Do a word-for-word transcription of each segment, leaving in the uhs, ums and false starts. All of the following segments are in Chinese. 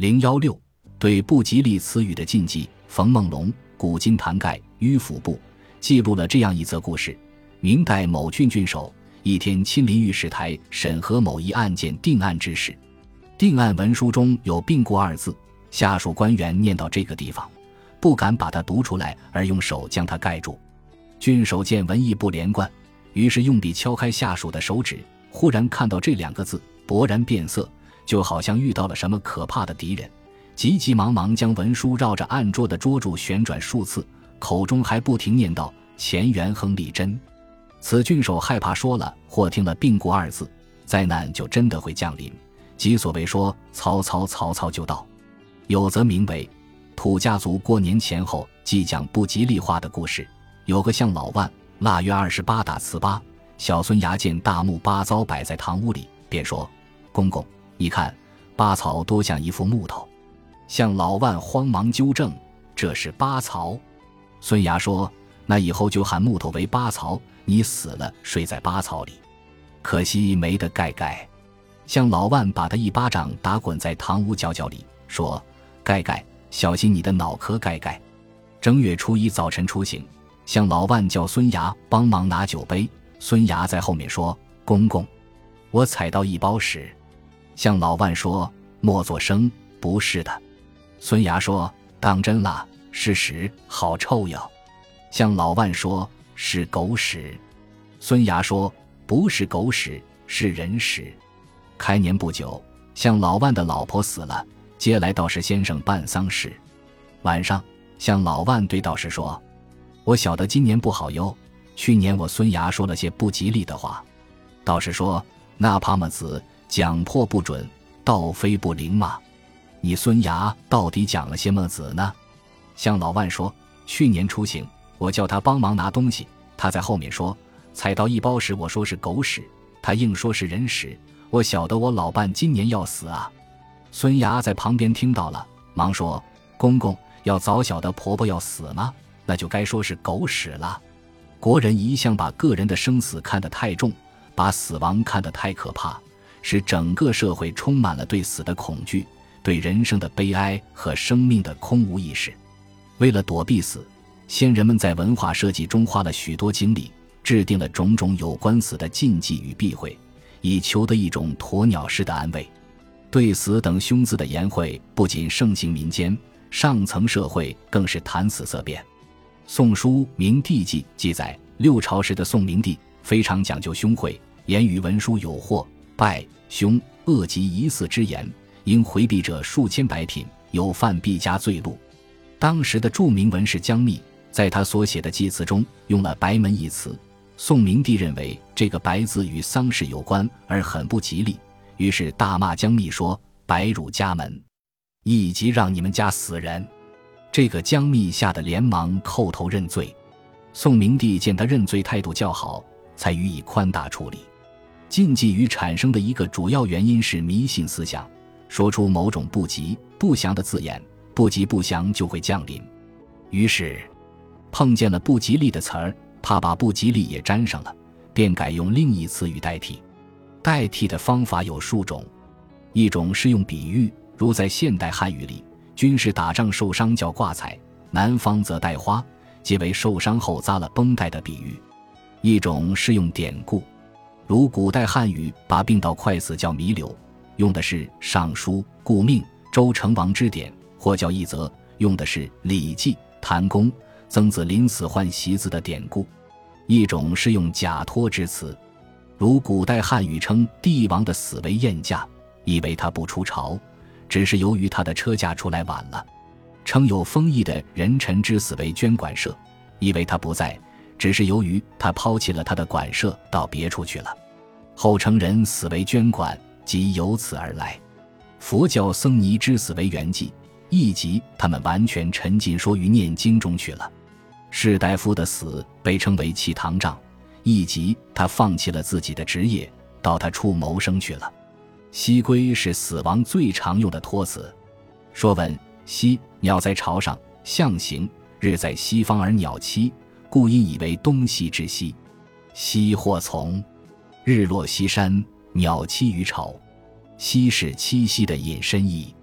零一六对不吉利词语的禁忌。冯梦龙、古今坛盖、迂腐部记录了这样一则故事：明代某郡郡守一天亲临御史台审核某一案件定案之时，定案文书中有病故二字，下属官员念到这个地方，不敢把它读出来，而用手将它盖住。郡守见文意不连贯，于是用笔敲开下属的手指，忽然看到这两个字，勃然变色，就好像遇到了什么可怕的敌人，急急忙忙将文书绕着案桌的桌柱旋转数次，口中还不停念道：钱元亨利贞。此郡守害怕说了或听了病故二字，灾难就真的会降临，即所谓说曹操曹操就到。有则名为土家族过年前后即讲不吉利话的故事。有个向老万腊月二十八打糍粑，小孙牙见大木八糟摆在堂屋里，便说：公公，你看八草多像一副木头。向老万慌忙纠正：这是八槽。孙牙说：那以后就喊木头为八槽，你死了睡在八槽里，可惜没得盖盖。向老万把他一巴掌打滚在堂屋角角里，说：盖盖，小心你的脑壳盖盖。正月初一早晨出行，向老万叫孙牙帮忙拿酒杯，孙牙在后面说：公公，我踩到一包屎。向老万说：莫作声，不是的。孙牙说：当真了，是屎，好臭呀。向老万说：是狗屎。孙牙说：不是狗屎，是人屎。开年不久，向老万的老婆死了，接来道士先生办丧事。晚上，向老万对道士说：我晓得今年不好哟，去年我孙牙说了些不吉利的话。道士说：那怕么子，讲破不准，道非不灵嘛。你孙牙到底讲了些么子呢？向老万说：去年出行，我叫他帮忙拿东西，他在后面说踩到一包屎，我说是狗屎，他硬说是人屎，我晓得我老伴今年要死啊。孙牙在旁边听到了，忙说：公公要早晓得婆婆要死吗？那就该说是狗屎了。国人一向把个人的生死看得太重，把死亡看得太可怕，使整个社会充满了对死的恐惧，对人生的悲哀和生命的空无意识。为了躲避死，先人们在文化设计中花了许多精力，制定了种种有关死的禁忌与避讳，以求得一种鸵鸟式的安慰。对死等凶字的言讳不仅盛行民间，上层社会更是谈死色变。宋书《明帝纪》记载，六朝时的宋明帝非常讲究凶讳，言语文书有祸、败、凶、恶及疑似之言，应回避者数千百品，有犯必加罪录。当时的著名文士姜密在他所写的祭词中用了白门一词，宋明帝认为这个白字与丧事有关而很不吉利，于是大骂姜密说：白辱家门，以及让你们家死人。这个姜密吓得连忙叩头认罪。宋明帝见他认罪态度较好，才予以宽大处理。禁忌语产生的一个主要原因是迷信思想，说出某种不吉不祥的字眼，不吉不祥就会降临。于是碰见了不吉利的词儿，怕把不吉利也沾上了，便改用另一词语代替。代替的方法有数种，一种是用比喻，如在现代汉语里，军事打仗受伤叫挂彩，南方则戴花，皆为受伤后扎了绷带的比喻。一种是用典故，如古代汉语把病到快死叫弥留，用的是《尚书》顾命周成王之典，或叫一则，用的是《礼记》谭公曾子临死换席子的典故。一种是用假托之词，如古代汉语称帝王的死为晏驾，以为他不出朝，只是由于他的车驾出来晚了；称有封邑的人臣之死为捐管社，以为他不在，只是由于他抛弃了他的管社到别处去了。后称人死为捐管，即由此而来。佛教僧尼之死为圆寂，亦即他们完全沉浸说于念经中去了。士大夫的死被称为弃堂杖，亦即他放弃了自己的职业，到他处谋生去了。西归是死亡最常用的托词。说文：西，鸟在巢上，象形，日在西方而鸟栖，故因以为东西之西。西或从，日落西山，鸟栖于巢。西是栖息的引申义。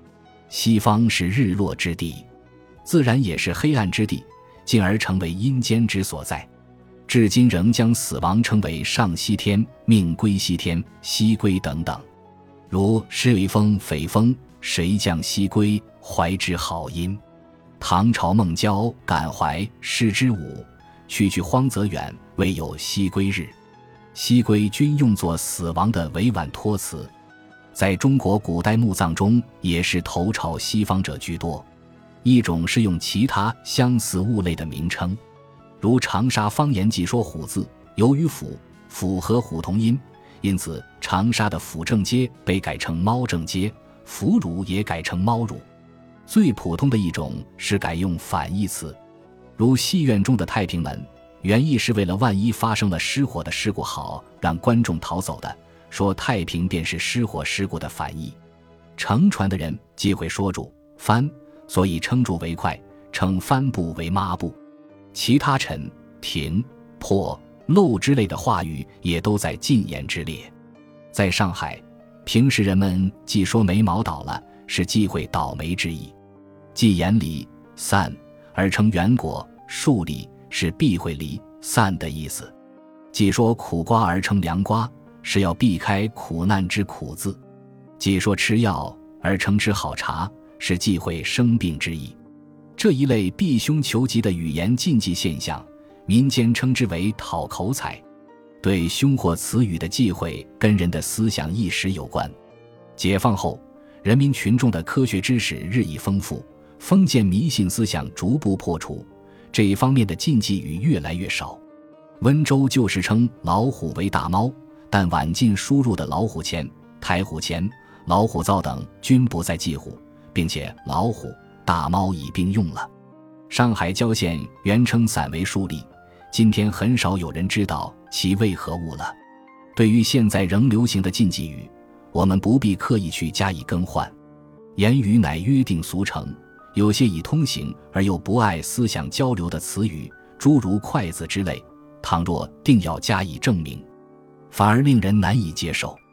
西方是日落之地，自然也是黑暗之地，进而成为阴间之所在。至今仍将死亡称为上西天、命归西天、西归等等。如诗为风匪风，谁降西归，怀之好音。唐朝孟郊感怀诗之舞，去去荒则远，唯有西归日。西归均用作死亡的委婉托词，在中国古代墓葬中也是头朝西方者居多。一种是用其他相似物类的名称，如长沙方言记说虎字，由于虎虎和虎同音，因此长沙的虎正街被改成猫正街，腐乳也改成猫乳。最普通的一种是改用反义词，如戏院中的太平门，原意是为了万一发生了失火的事故好让观众逃走的，说太平便是失火事故的反义。乘船的人忌讳说主帆，所以称主为快，称帆布为抹布。其他沉、停、破、漏之类的话语也都在禁言之列。在上海，平时人们既说眉毛倒了，是忌讳倒霉之意；忌言离散而称圆果、树离，是避讳离散的意思；既说苦瓜而称凉瓜，是要避开苦难之苦字；既说吃药而称吃好茶，是忌讳生病之意。这一类避凶求吉的语言禁忌现象，民间称之为讨口彩。对凶祸词语的忌讳跟人的思想意识有关。解放后，人民群众的科学知识日益丰富，封建迷信思想逐步破除，这一方面的禁忌语越来越少。温州旧时称老虎为大猫，但晚近输入的老虎钳、台虎钳、老虎灶等均不再忌虎，并且老虎、大猫已并用了。上海郊县原称散为树立，今天很少有人知道其为何物了。对于现在仍流行的禁忌语，我们不必刻意去加以更换。言语乃约定俗成，有些已通行而又不爱思想交流的词语，诸如筷子之类，倘若定要加以证明，反而令人难以接受。